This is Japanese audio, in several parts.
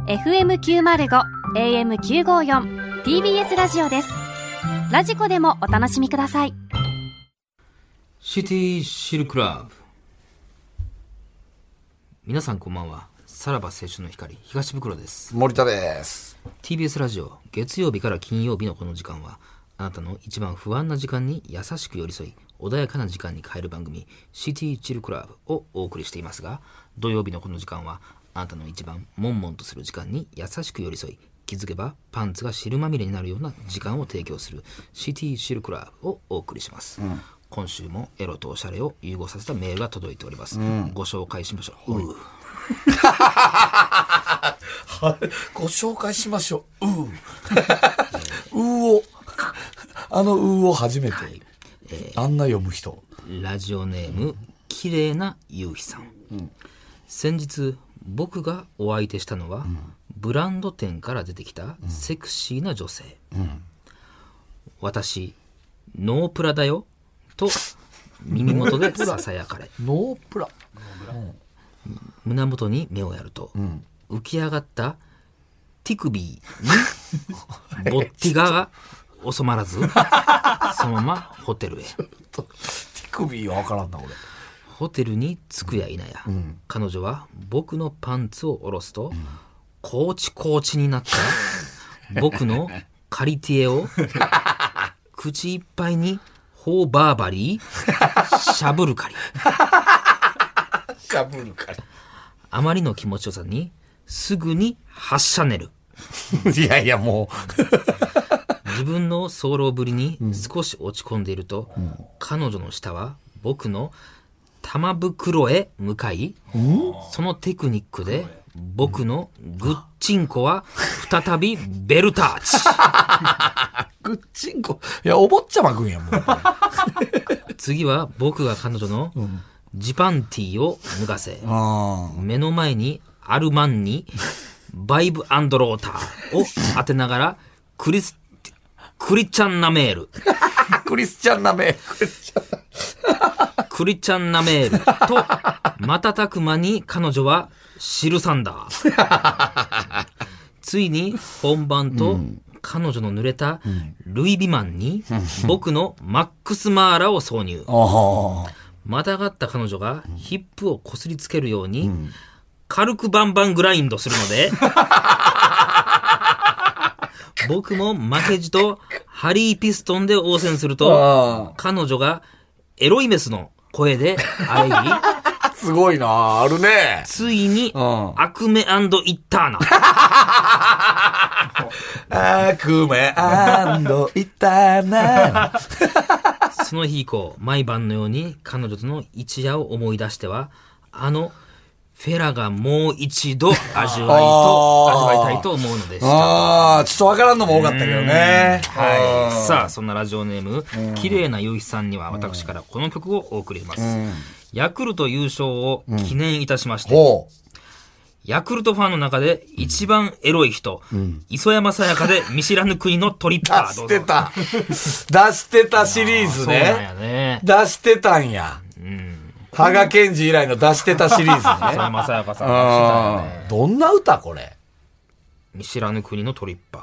FM905 AM954 TBS ラジオです。ラジコでもお楽しみください。 シティシルクラブ。皆さんこんばんは。さらば青春の光東袋です。 森田です。 TBS ラジオ月曜日から金曜日のこの時間は、あなたの一番不安な時間に優しく寄り添い、穏やかな時間に変える番組シティチルクラブをお送りしていますが、土曜日のこの時間はあなたの一番悶々とする時間に優しく寄り添い、気づけばパンツが汁まみれになるような時間を提供するシティチルクラブをお送りします、今週もエロとおしゃれを融合させたメールが届いております、ご紹介しましょう。 ご紹介しましょう。をを初めて、あんな読む人。 ラジオネーム綺麗な夕日さん、先日僕がお相手したのは、ブランド店から出てきたセクシーな女性、私ノープラだよと耳元でささやかれノープラ、 胸元に目をやると、浮き上がったティクビーにボッティガが収まらずそのままホテルへ。 手首は分からんな俺。 ホテルに着くや否や、彼女は僕のパンツを下ろすと、コーチコーチになった僕のカリティエを口いっぱいにホーバーバリーしゃぶるかりしゃぶるかあまりの気持ちよさにすぐに発射ねる。 り。いやいやも自分の早漏ぶりに少し落ち込んでいると、彼女の舌は僕の玉袋へ向かい、そのテクニックで僕のグッチンコは再びベルターチ。 グッチンコ、いやお坊ちゃまくんやもう。 次は僕が彼女のジパンティーを脱がせ、目の前にあるマンにバイブアンドローターを当てながらクリチャンナメールクリスチャンナメクリチャンナメールと瞬く間に彼女はシルサンダー。ついに本番と彼女の濡れたルイ・ビマンに僕のマックス・マーラを挿入。またがった彼女がヒップをこすりつけるように軽くバンバングラインドするので、僕も負けじとハリーピストンで応戦すると、彼女がエロイメスの声で喘ぎ、 すごいな、あるね。 ついに悪夢&イッターナ。 悪夢&イッターナ。 その日以降毎晩のように彼女との一夜を思い出しては、あのフェラがもう一度味わいたいと思うのでした。 ちょっとわからんのも多かったけどね。 はい。さあ、そんなラジオネーム綺麗な夕日さんには私からこの曲をお送りします。ヤクルト優勝を記念いたしまして、ヤクルトファンの中で一番エロい人、磯山さやかで見知らぬ国のトリッパー。 出してたシリーズね。 そうなんやね。 出してたんや。羽賀健二以来の出してたシリーズね。 磯山さやかさんが出してたよね。 どんな歌これ。 見知らぬ国のトリッパー。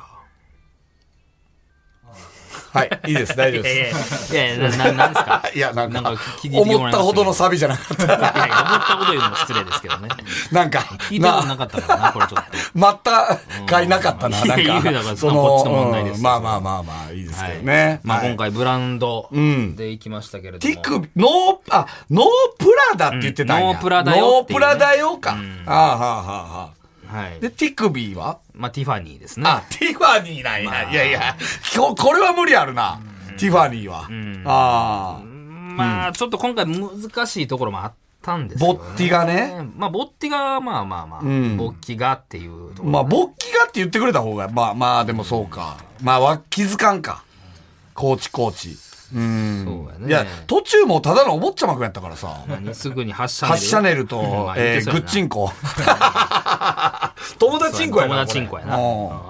はい、いいです、大丈夫です。いやなんですか。 いや、なんか思ったほどのサビじゃなかった。 いや、思ったほど言うのも失礼ですけどね。 なんか、 聞いたことなかったからな、これちょっと。 待ったかいなかったな、なんか。 いや、だからそのこっちの問題です。 まあ、いいですけどね。 まあ今回ブランドで行きましたけれども。 ノープラダって言ってたんや。 ノープラだよ。 ノープラだよか。 はい。 で、ティクビーはまあ、ティファニーですね。 ティファニーなんや。いやいや、これは無理あるな。ティファニーは。 まあ、ちょっと今回難しいところもあったんですよね。 ボッティがね。 まあ、ボッティが、まあ、ボッキがっていうところ。 まあ、ボッキがって言ってくれた方が、まあ、でもそうか。まあ、気づかんか。コーチ。 そうやね。 いや、途中もただのお坊ちゃまくんやったからさ。 すぐに発射ネルと、グッチンコ。友達チンコやな。 友達チンコやな。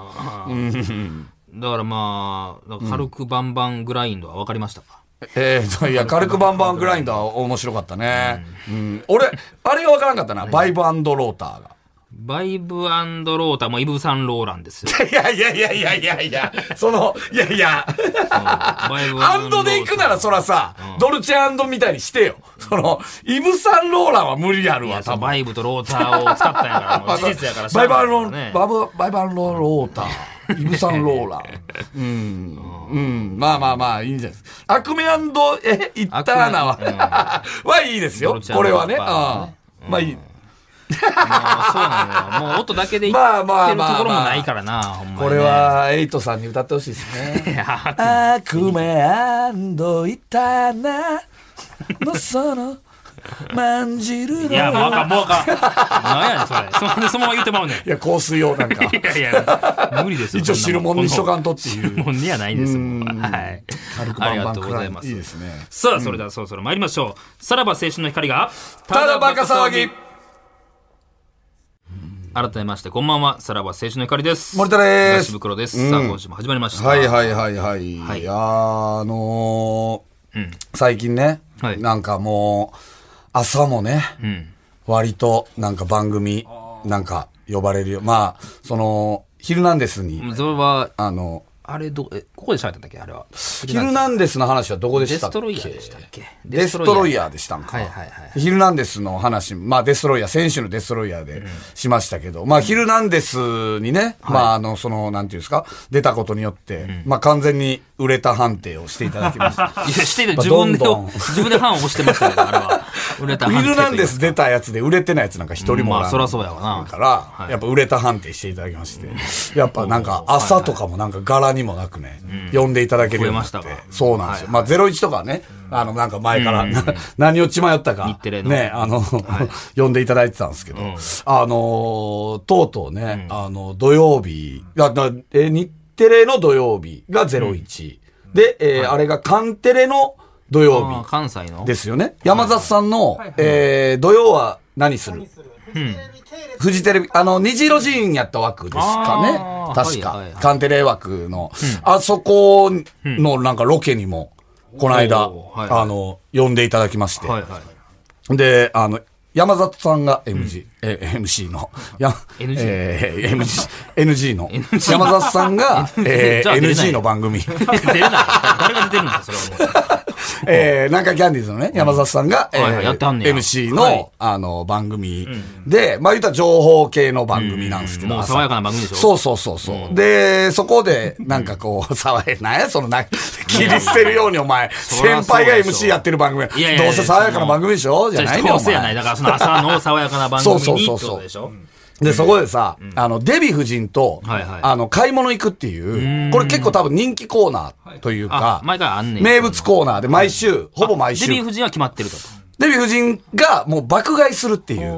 だからまあ、軽くバンバングラインドは分かりましたか？ いや、軽くバンバングラインドは面白かったね。俺、あれが分からんかったな。バイブ&ローターが。 バイブ&ロータもイブ・サンローランですよ。 いや、いや、その、バイブアンドで行くならそらさ、ドルチェ&みたいにしてよ。その、イブ・サンローランは無理やるわ、多分。 バイブとローターを使ったんやから、もう事実やからバイバンローター。イブ・サンローラン。まあ、いいんじゃないですか。アクメイッターナはいいですよ。これはね。まあいい。 そうなのよ。もう音だけで言ってるところもないからな、ほんまにね。 これは、エイトさんに歌ってほしいですね。アクメイッターナのその、まんじるの。 いや、もうあかん。何やねん、それ。そのまま言ってまうねん。 いや、香水用なんか。 いや、無理ですよ。 一応汁物にしとかんとっていう。 汁物にはないです。はい。ありがとうございます。 いいですね。 さあ、それではそろそろ参りましょう。さらば青春の光が、 ただバカ騒ぎ。 改めましてこんばんは、さらば青春の光です。 森田です。 東袋です。さあ、今週も始まりました。 はい。いや最近ね、なんかもう朝もね、割となんか番組なんか呼ばれるよ。まあそのヒルナンデスにそれはあれここで喋ったんだっけ、あれは。 ヒルナンデスの話はどこでしたっけ？ デストロイヤーでしたっけ？ デストロイヤーでしたんか。ヒルナンデスの話、まあデストロイヤー、選手のデストロイヤーでしましたけど、まあヒルナンデスにね、まあその、なんていうんですか、出たことによって、まあ完全に売れた判定をしていただきました。いや、してる、自分で判を押してましたけど、あれは。売れた判定。 ヒルナンデス出たやつで売れてないやつなんか一人もおらん。 まあそらそうやわな。 から、やっぱ売れた判定していただきまして、やっぱなんか朝とかもなんか柄にもなくね、呼んでいただけるようになって。そうなんですよ。まあ、01とかね、なんか前から、何を血迷ったか、ね、呼んでいただいてたんですけど、とうとうね、土曜日、日テレの土曜日が01。で、あれがカンテレの土曜日。 関西のですよね。山里さんの、土曜は何する？フジテレビ、虹色寺院やった枠ですかね。確か。カンテレ枠の、あそこのなんかロケにも、この間、呼んでいただきまして。で、山里さんが MC の、NG の、山里さんが、NG の番組。 出れない。誰が出てるんですか、それはもう。 南海キャンディーズのね、山里さんが、MC の、番組で、まあ言ったら情報系の番組なんですけど。 もう爽やかな番組でしょ？ そう。で、そこで、なんかこう、爽やかな、その切り捨てるようにお前、先輩が MC やってる番組、どうせ爽やかな番組でしょ？じゃないの？ だからその朝の爽やかな番組にってことでしょ？ で、そこでさ、デヴィ夫人と、買い物行くっていう、これ結構多分人気コーナーというか、 毎回あんねん。 名物コーナーで毎週、ほぼ毎週。 デヴィ夫人は決まってると。 デヴィ夫人がもう爆買いするっていう、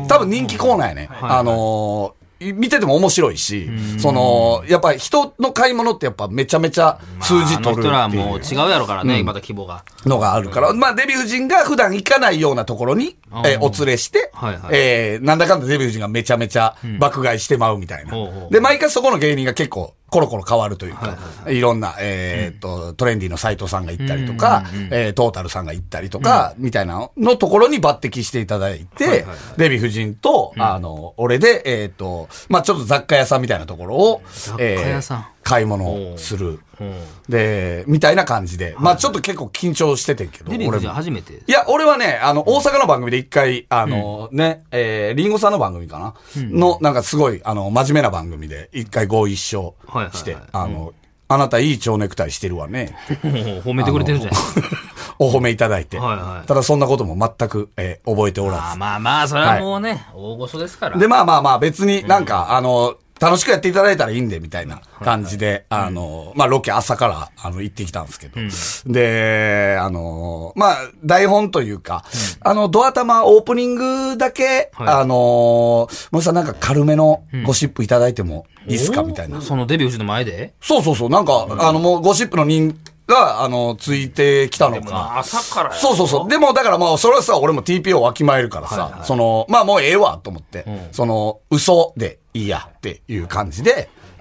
多分人気コーナーやね。見てても面白いし、やっぱり人の買い物ってやっぱめちゃめちゃ数字取るっていう。 人らもう違うやろからね、また規模が。 のがあるから。まあデヴィ夫人が普段行かないようなところに、お連れして、なんだかんだデヴィ夫人がめちゃめちゃ爆買いしてまうみたいな。で、毎回そこの芸人が結構、コロコロ変わるというか、いろんな、トレンディの斉藤さんが行ったりとか、トータルさんが行ったりとか、みたいなのところに抜擢していただいて、デヴィ夫人と、俺で、まあちょっと雑貨屋さんみたいなところを、買い物をする。で、みたいな感じで。まあちょっと結構緊張しててんけど。 デヴィ夫人初めて？ いや、俺はね、大阪の番組で一回、リンゴさんの番組かなの、なんかすごい、真面目な番組で一回ご一緒して、あなたいい蝶ネクタイしてるわね。 褒めてくれてるじゃん。 お褒めいただいて。ただそんなことも全く、覚えておらず。 まあ、それはもうね、大御所ですから。 で、まあ別になんか、楽しくやっていただいたらいいんで、みたいな感じで、まあ、ロケ朝から、行ってきたんですけど。で、まあ、台本というか、ドア玉オープニングだけ、森さんなんか軽めのゴシップいただいてもいいっすかみたいな。 そのデビュー時の前で？ そう。なんか、もうゴシップの人が、ついてきたのか。 朝からそう。でも、だからまあ、それはさ、俺も TPO わきまえるからさ、まあもうええわ、と思って、嘘でいいやっていう感じで、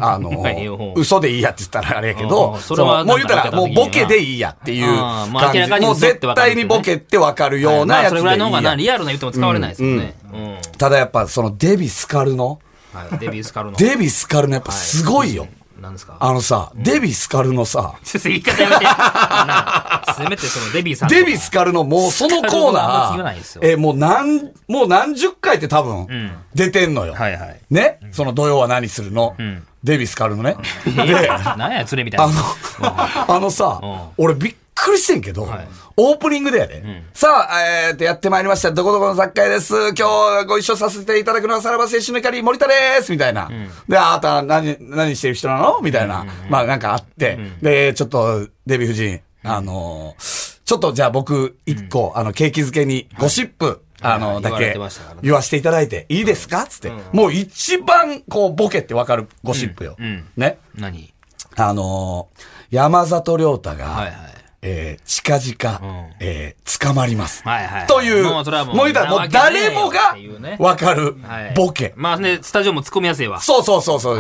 嘘でいいやって言ったらあれやけど、もう言ったら、もうボケでいいやっていう感じ。もう絶対にボケってわかるようなやつでいいや。それぐらいの方がリアルな言っても使われないですよね。 ただやっぱそのデビスカルノデビスカルノやっぱすごいよ。 何ですかデビスカルノさ。 言い方やめて。せめてそのデビさん。 デビスカルノもうそのコーナー、もう何十回って多分出てんのよ。ね、その土曜は何するの。デビスカルノね。 で、何や連れみたいな。 さ、俺びっくりしてんけど、オープニングでやで。さあ、やってまいりました。どこどこの雑貨屋です。今日ご一緒させていただくのはさらば青春の光森田です。みたいな。で、あなた何してる人なのみたいな。まあなんかあって。で、ちょっと、デヴィ夫人、ちょっとじゃあ僕、一個、景気づけに、ゴシップ、だけ、言わせていただいて、いいですかつって。もう一番、こう、ボケってわかるゴシップよ。ね。 何山里亮太が、近々、捕まります。という、もう言ったらもう誰もがわかるボケ。 まあね、スタジオも突っ込みやすいわ。 そう、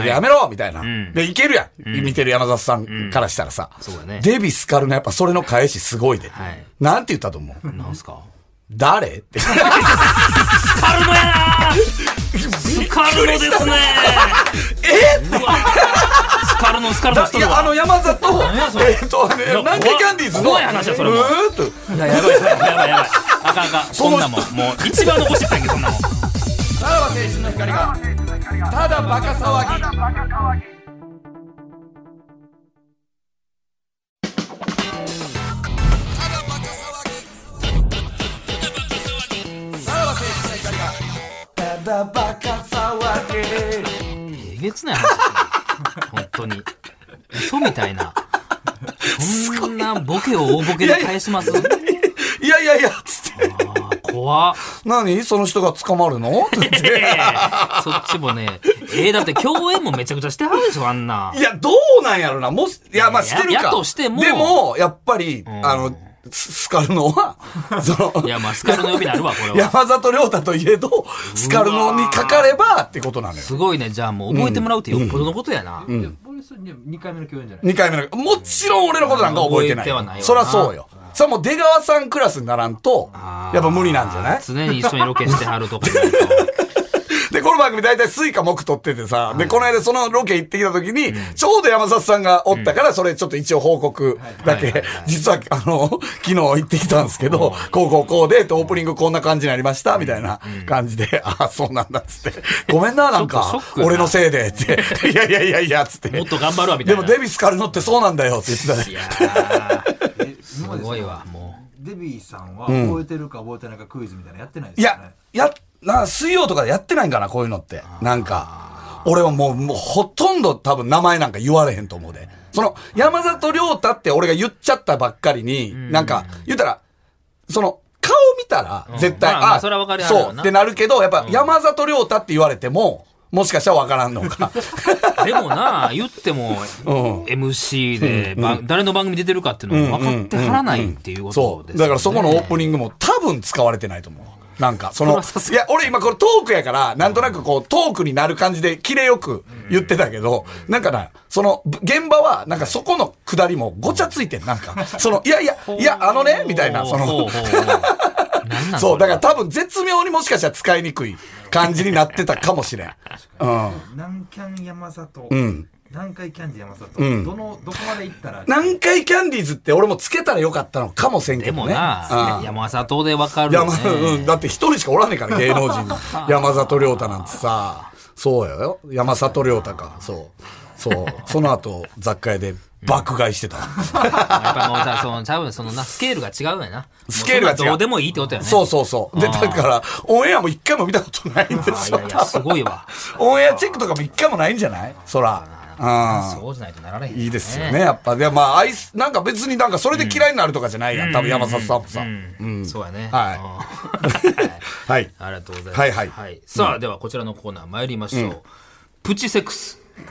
やめろみたいな。で、いけるやん。見てる山里さんからしたらさ。デビスカルのやっぱそれの返しすごいで。なんて言ったと思う？ なんすか？ 誰って。スカルノやなスカルノですねスカルノしとるわ。 山里、南海キャンディーズの。 怖い話や、それも。いや、やばい。あかん。そんなもん。もう、一番残してたんけ、そんなもん。 さらば青春の光が、ただバカ騒ぎ。ただバカ騒ぎ。 えげつない話。本当に。嘘みたいな。そんなボケを大ボケで返します？いや、つって。 怖っ。 何その人が捕まるのって言って。 そっちもね。だって共演もめちゃくちゃしてはるでしょ、あんな。 いや、どうなんやろな。まあ、してるか。 やとしても。 でも、やっぱり、スカルノは、 いや、まあ、スカルノ呼びになるわ、これは。 山里亮太といえど、スカルノにかかればってことなのよ。 すごいね。じゃあもう覚えてもらうってよっぽどのことやな。 2回目の共演じゃない？ 2回目の。もちろん俺のことなんか覚えてない。そりゃそうよ。さあもう出川さんクラスにならんと、やっぱ無理なんじゃない？ 常に一緒にロケしてはるとこで、この番組大体スイカ木撮っててさ、で、この間そのロケ行ってきた時に、ちょうど山里さんがおったから、それちょっと一応報告だけ、実は、昨日行ってきたんですけど、こうで、オープニングこんな感じになりました、みたいな感じで、あ、そうなんだ、つって。ごめんな、なんか、俺のせいで、って。いや、つって。 もっと頑張るわ、みたいな。 でもデビスカルノってそうなんだよ、って言ってたね。 いやー、すごいわ、もう。 デビーさんは覚えてるか覚えてないかクイズみたいなのやってないですよね。 水曜とかでやってないんかな、こういうのって。なんか、俺はもうほとんど多分名前なんか言われへんと思うで。山里亮太って俺が言っちゃったばっかりに、なんか、言ったら、顔見たら、絶対、 それは分かるそうってなるけど、やっぱ山里亮太って言われても、もしかしたら分からんのか。 でもな、言っても、MC で、誰の番組出てるかっていうのも分かってはらないっていうことですよね。 だからそこのオープニングも多分使われてないと思う。なんか、いや、俺今これトークやから、なんとなくこう、トークになる感じで、綺麗よく言ってたけど、なんかな、現場は、なんかそこの下りもごちゃついてん、なんか、いや、みたいな、そう、だから多分絶妙にもしかしたら使いにくい感じになってたかもしれん。 南キャン山里。南海キャンディー山里、どこまで行ったら南海キャンディーズって俺もつけたらよかったのかもせんけどね。 でもな、山里でわかるよね。 だって一人しかおらねえから芸能人に山里亮太なんてさ、そうよ、山里亮太か、そう、その後雑貨屋で爆買いしてた。やっぱもうさ、多分スケールが違うやな。 スケールが違う。 どうでもいいってことやね。 そう。で、だから、オンエアも一回も見たことないんですよ。 いや、すごいわ。 オンエアチェックとかも一回もないんじゃない？そら。 そうじゃないとなられへん。 いいですよね、やっぱ。で、まあ、なんか別になんかそれで嫌いになるとかじゃないやん。多分山里さんもさ。 そうやね。 はい。 ありがとうございます。 はい。 さあ、ではこちらのコーナー参りましょう。プチセックス。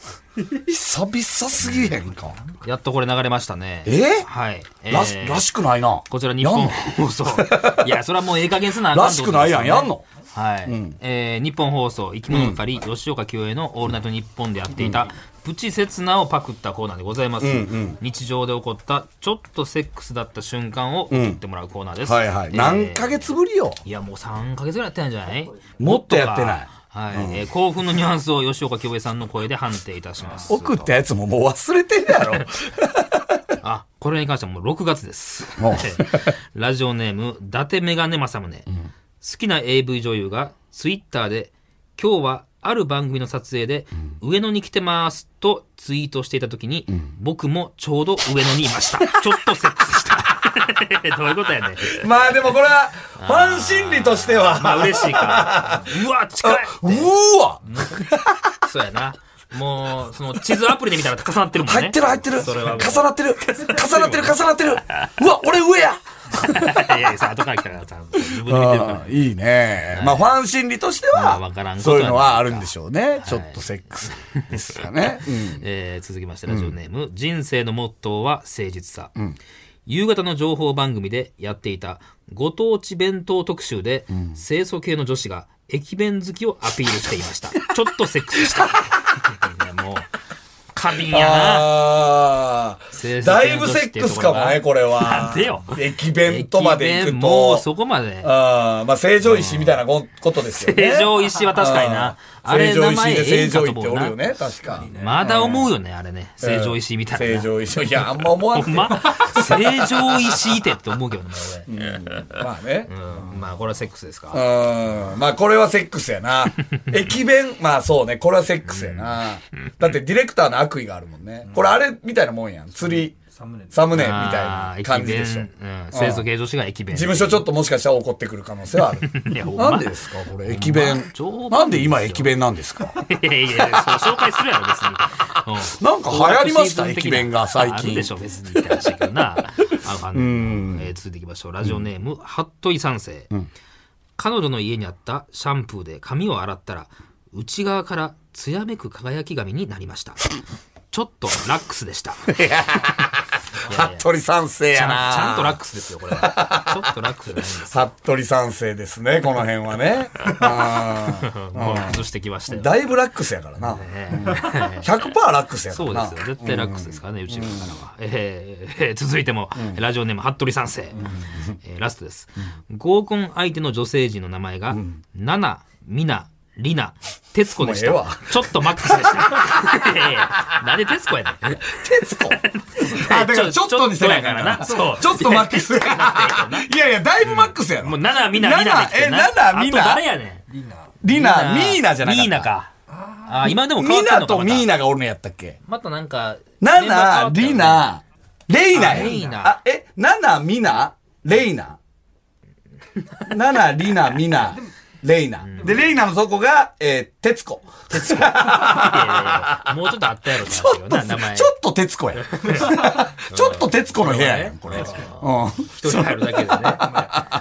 久々すぎへんか。 やっとこれ流れましたね。はい。 らしくないな。 こちら日本放送。いや、それはもうええ加減すなあかんらしくないやん、やんの。 はい。日本放送、生き物係、吉岡清江のオールナイトニッポンでやっていた、プチ刹那をパクったコーナーでございます。日常で起こったちょっとセックスだった瞬間を送ってもらうコーナーです。 はいはい。何ヶ月ぶりよ。 いや、もう3ヶ月ぐらいやってないんじゃない？ もっとやってない。 はい。興奮のニュアンスを吉岡清江さんの声で判定いたします。 送ったやつももう忘れてるやろ。 あ、これに関してはもう6月です。ラジオネーム、伊達メガネ正宗。好きな AV 女優がツイッターで、今日はある番組の撮影で、上野に来てますとツイートしていたときに、僕もちょうど上野にいました。ちょっとセックスした。どういうことやねん。 まあでもこれは、ファン心理としては。 まあ嬉しいから。うわ、近い。 うわそうやな。もう、その地図アプリで見たら重なってるもんね。 入ってる。重なってる。うわ、俺上や。 いや、さ、後から来たからさ、自分で見てるから。 いいね。まあ、ファン心理としては、そういうのはあるんでしょうね。ちょっとセックスですかね。 続きまして、ラジオネーム、人生のモットーは誠実さ。夕方の情報番組でやっていたご当地弁当特集で、清楚系の女子が駅弁好きをアピールしていました。ちょっとセックスした。もう過敏やな。 だいぶセックスかもね、これは。 なんでよ。 駅弁とまで行くと。 もうそこまで。 まあ、成城石みたいなことですよね。 成城石は確かにな。あれ名前成城石っておるよね、確かに。 まだ思うよね、あれね。成城石みたいな。 成城石。いや、あんま思わんて。 ほんま成城石って思うけどね、 まあね。 まあ、これはセックスですか。 まあ、これはセックスやな。駅弁、まあそうね、これはセックスやな。だってディレクターの悪意があるもんね。これあれみたいなもんやん。釣り。サムネみたいな感じでしょ。 清楚系女子が駅弁。 事務所ちょっともしかしたら怒ってくる可能性はある。なんでですかこれ駅弁。なんで今駅弁なんですかいや、紹介するやろ、別に。 なんか流行りました、駅弁が最近。 あるでしょ、別に。って話だけどな。続いていきましょう。ラジオネーム、服部三世。彼女の家にあったシャンプーで髪を洗ったら、内側から艶めく輝き髪になりました。ちょっとラックスでした。 服部三世やな。 ちゃんとラックスですよ、これは。ちょっとラックスじゃないんです。 服部三世ですね、この辺はね。 もう崩してきましたよ。 だいぶラックスやからな。100% ラックスやからな。 そうですよ。絶対ラックスですからね、内側からは。続いても、ラジオネーム、服部三世。ラストです。合コン相手の女性陣の名前が、ナナ、ミナ、リナ、徹子でした。ちょっとマックスでした。なんで徹子やねん。 徹子だからちょっとにせないからな。そう。ちょっとマックス。いや、だいぶマックスやろ。 もうナナ、ミナ、リナで来てな。 ナナ、ミナ。 あと誰やねん。 リナ、ミーナじゃなかった。 ミーナか。今でも変わってんのか。 ミナとミーナがおるのやったっけまたなんか。 ナナ、リナ、レイナレイナ。 ナナ、ミナ、レイナ。ナナ、リナ、ミナ。レイナ。で、レイナのとこが、徹子。 徹子。もうちょっとあったやろな、名前。 ちょっと徹子や。ちょっと徹子の部屋やん、これ。 一人入るだけでね。はい。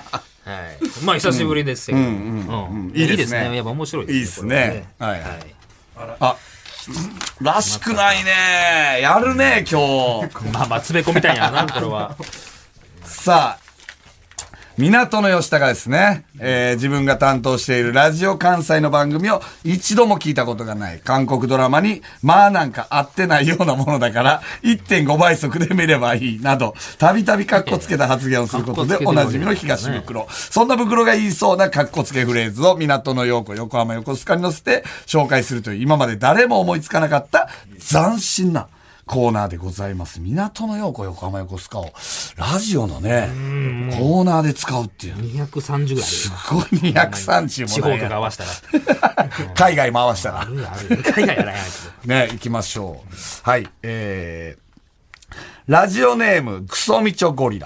まあ、久しぶりですけど。いいですね。やっぱ面白いですね。 いいですね。はい。あ、らしくないね。やるね、今日。 まあ、つべこみたいやな、これは。 さあ。港の吉高ですね。自分が担当しているラジオ関西の番組を一度も聞いたことがない韓国ドラマに、まあなんか合ってないようなものだから、1.5 倍速で見ればいい、など、たびたびカッコつけた発言をすることでおなじみの東袋。そんな袋が言いそうなカッコつけフレーズを港の陽子、横浜横須賀に乗せて紹介するという、今まで誰も思いつかなかった斬新なコーナーでございます。港の陽子、横浜横須賀をラジオのね、コーナーで使うっていう。 230ぐらい。 すごい230も地方とか合わせたら。 海外回したら。 ある。海外やないやつ。 ね、行きましょう。はい。ラジオネーム、クソミチョゴリラ。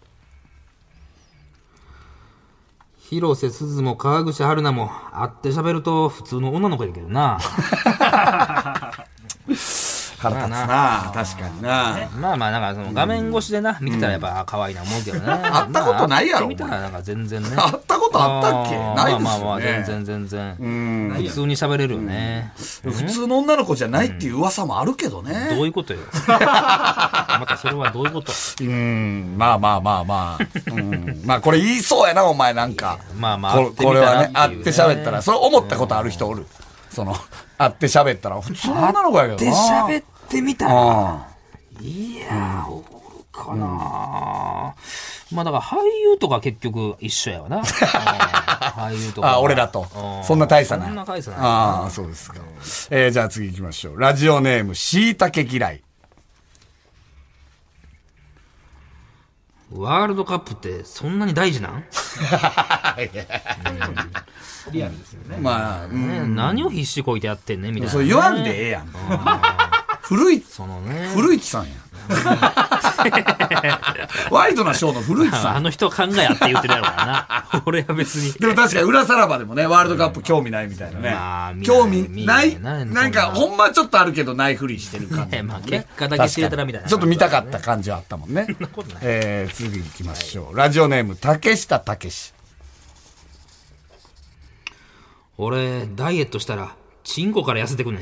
広瀬すずも川口春奈も会って喋ると普通の女の子やけどな。 腹立つな、確かにな。 まあまあ、なんかその画面越しでな、見てたらやっぱ可愛いな思うけどね。 会ったことないやろ。 見たらなんか全然ね。 会ったことあったっけ？ないですよね。 まあまあ、全然。普通に喋れるよね。 普通の女の子じゃないっていう噂もあるけどね。 どういうことよ。またそれはどういうこと？ まあ。まあこれ言いそうやな、お前なんか。 まあ、 これはね、会って喋ったら、それ思ったことある人おる。会って喋ったら、普通の女の子やけどな。 会って喋ってみたら。いやー、おるかな。まあだから俳優とか結局一緒やわな。俳優とか。 俺らと。そんな大差ない。 そんな大差ない。 ああ、そうですか。じゃあ次行きましょう。ラジオネーム、しいたけ嫌い。 ワールドカップってそんなに大事なん？ リアルですよね。 まあ、 何を必死こいてやってんねみたいな。 そう言わんでええやん。古市さんや。ワイドなショーの古市さん。 あの人考えやって言ってるやろうな。俺は別に。 でも確かに裏さらばでもね、ワールドカップ興味ないみたいなね。興味ない。なんか、ほんまちょっとあるけどないふりしてる感じ。 まあ結果だけ知れたらみたいな。 ちょっと見たかった感じはあったもんね。次行きましょう。ラジオネーム、竹下武史。 俺、ダイエットしたら、チンコから痩せてくんねん。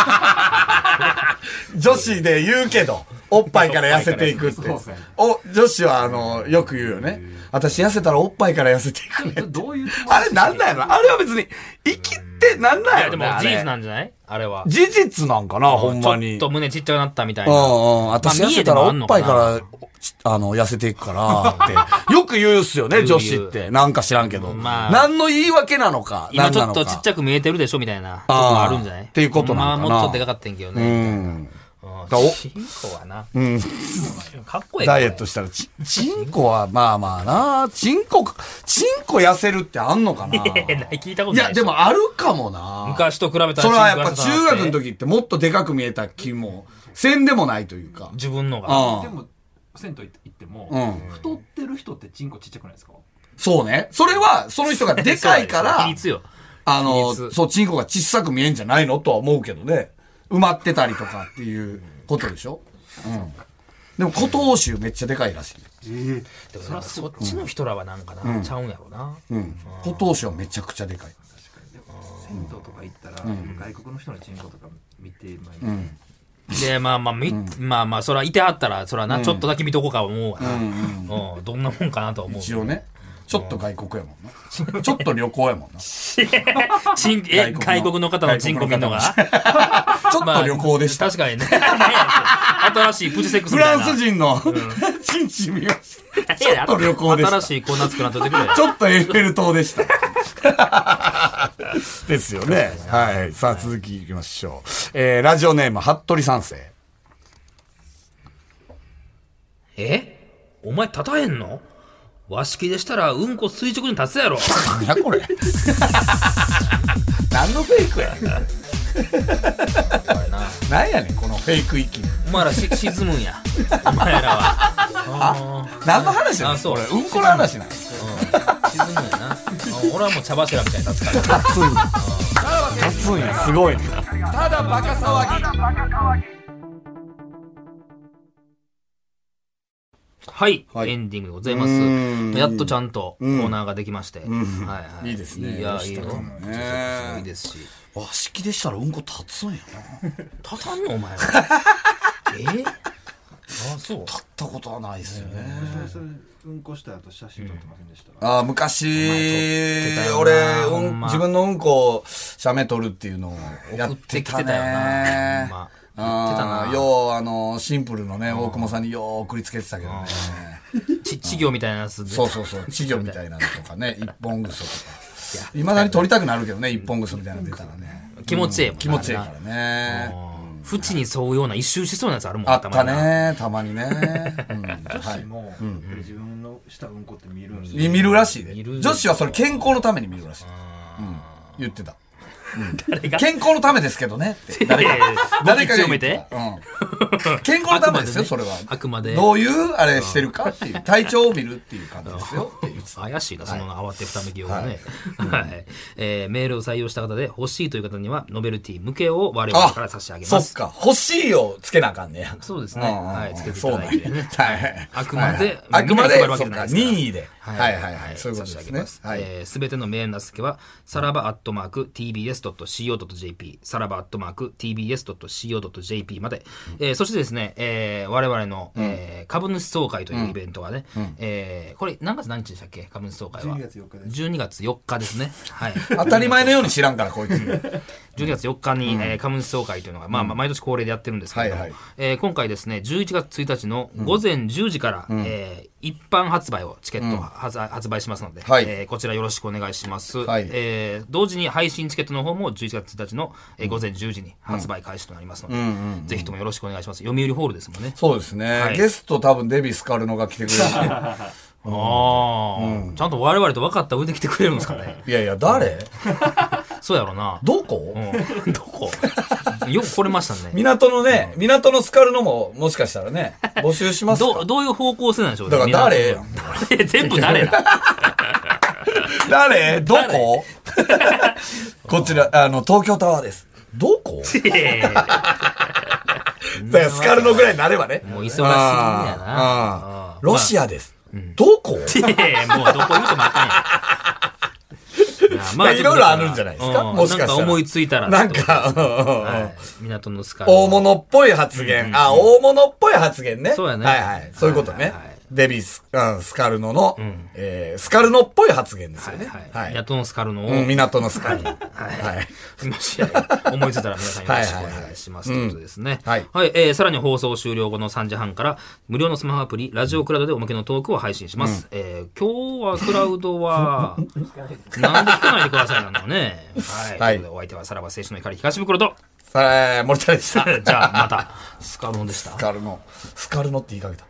女子で言うけど、おっぱいから痩せていくって。女子はよく言うよね。私痩せたらおっぱいから痩せていくね。 どういうあれなんだよな。あれは別に、生きてなんなんやろね。 でも事実なんじゃないあれは。 事実なんかな、ほんまに。 ちょっと胸ちっちゃくなったみたいな。 私痩せたらおっぱいから痩せていくからって、よく言うっすよね、女子って。なんか知らんけど。何の言い訳なのか。 今ちょっとちっちゃく見えてるでしょみたいな。とこもあるんじゃないっていうことなのかな。 まあもっとでかかったんけどね。チンコはな。かっこいい。 ダイエットしたら、チンコはまあまあな。チンコ痩せるってあんのかな。 聞いたことない。 いや、でもあるかもな。 昔と比べたら。 それはやっぱ中学の時ってもっとでかく見えた気も、せんでもないというか。 自分のが。 でも、銭湯行っても、太ってる人ってチンコちっちゃくないですか？ そうね。それは、その人がでかいから、 比率よ。 そう、チンコが小さく見えんじゃないのとは思うけどね。埋まってたりとかっていうことでしょ？でも、古東州めっちゃでかいらしい。 でもそっちの人らはなんかな、ちゃうんやろな。 古東州はめちゃくちゃでかい。 確かに。でも、銭湯とか行ったら、外国の人のチンコとか見てまいで、まあ、そら、いてはったら、そらな、ちょっとだけ見とこうか思うわな。どんなもんかなと思う。 一応ね。ちょっと外国やもんな。ちょっと旅行やもんな。 外国の方のチンコ見るのがちょっと旅行でした。 確かにね。新しいプチセックスみたいな。 フランス人のチンチン見ました。ちょっと旅行でした。 新しい粉作らんとってくれ。 ちょっとエッフェル塔でした。ですよね。はい。さあ、続きいきましょう。ラジオネーム、服部三世。 お前立たへんの？和式でしたらうんこ垂直に立つやろ。 何やこれ。何のフェイクや。何やねんこのフェイク息。 お前ら沈むんや。お前らは。 何の話やねん。これうんこの話なん。 沈むんやな。俺はもう茶柱みたいに立つから。 立つんや。すごいね。ただバカ騒ぎ。 はい、エンディングでございます。やっとちゃんとコーナーができまして。 いいですね。 いや、いいよ。いいですし。 和式でしたらうんこ立つんやな。 立たんのお前は。そう。 立ったことはないですよね。 うんこした後写真撮ってませんでした？ 昔、俺、自分のうんこを写メ撮るっていうのをやってたね。シンプルのね、大久保さんによー送りつけてたけどね。 稚魚みたいなやつで。 そう。稚魚みたいなのとかね、一本ぐそとか。未だに撮りたくなるけどね、一本ぐそみたいなの出たらね。 気持ちいいもん。 気持ちいいからね。 縁に沿うような一周しそうなやつあるもん。 あったね、たまにね。 女子も自分のしたうんこって見るんですよ。見るらしいね。女子はそれ健康のために見るらしい。言ってた。 健康のためですけどねって。誰かが言ってた。健康のためですよ、それは。 あくまで。 どういうあれしてるかっていう、体調を見るっていう感じですよっていう。 怪しいな、その慌てふためきようがね。はい。メールを採用した方で欲しいという方には、ノベルティ向けを我々から差し上げます。 そっか。欲しいをつけなあかんね。 そうですね。はい。つけていただいてね。 はい。 あくまで、 そっか、任意で。はいはいはい。そういうことですね。 すべてのメールの付けは、さらば@tbs.co.jp、さらば@tbs.co.jp まで。そしてですね、我々の株主総会というイベントはね、これ何月何日でしたっけ、株主総会は。 12月4日です。 12月4日ですね。はい。 当たり前のように知らんから、こいつ。 12月4日に株主総会というのが、まあ毎年恒例でやってるんですけども、今回ですね、11月1日の午前10時から、一般発売をチケットを発売しますので、こちらよろしくお願いします。同時に配信チケットの方も11月1日の午前10時に発売開始となりますので、ぜひともよろしくお願いします。読売ホールですもんね。 そうですね。ゲスト多分デビスカルノが来てくれる。 ちゃんと我々と分かった上で来てくれるんですかね。 いやいや、誰そうやろな。 どこどこよく来れましたね。 港のスカルノももしかしたらね、募集しますか。 どういう方向性なんでしょうね。だから誰全部誰だ誰どここちら、東京タワーです。どこだからスカルノぐらいになればね。 もう忙しいんやな。 ロシアです。どこもうどこ言うてもあかんやん。 まあ、いろいろあるんじゃないですか。もしかしたら。 なんか思いついたら。 なんか、 港のスカルノ。 大物っぽい発言。大物っぽい発言ね。 そうやね。 はいはい。そういうことね。デビスカルノの、スカルノっぽい発言ですよね。 港のスカルノを。 港のスカルノ。はい。 もし思いついたら皆さんよろしくお願いします。ということですね。はい。さらに放送終了後の3時半から、無料のスマホアプリ、ラジオクラウドでおまけのトークを配信します。今日はクラウドは、なんで聞かないでくださいなのね。はい。ということでお相手はさらば青春の怒り東袋と、 森田でした。 じゃあまた、スカルノでした。 スカルノって言いかけた。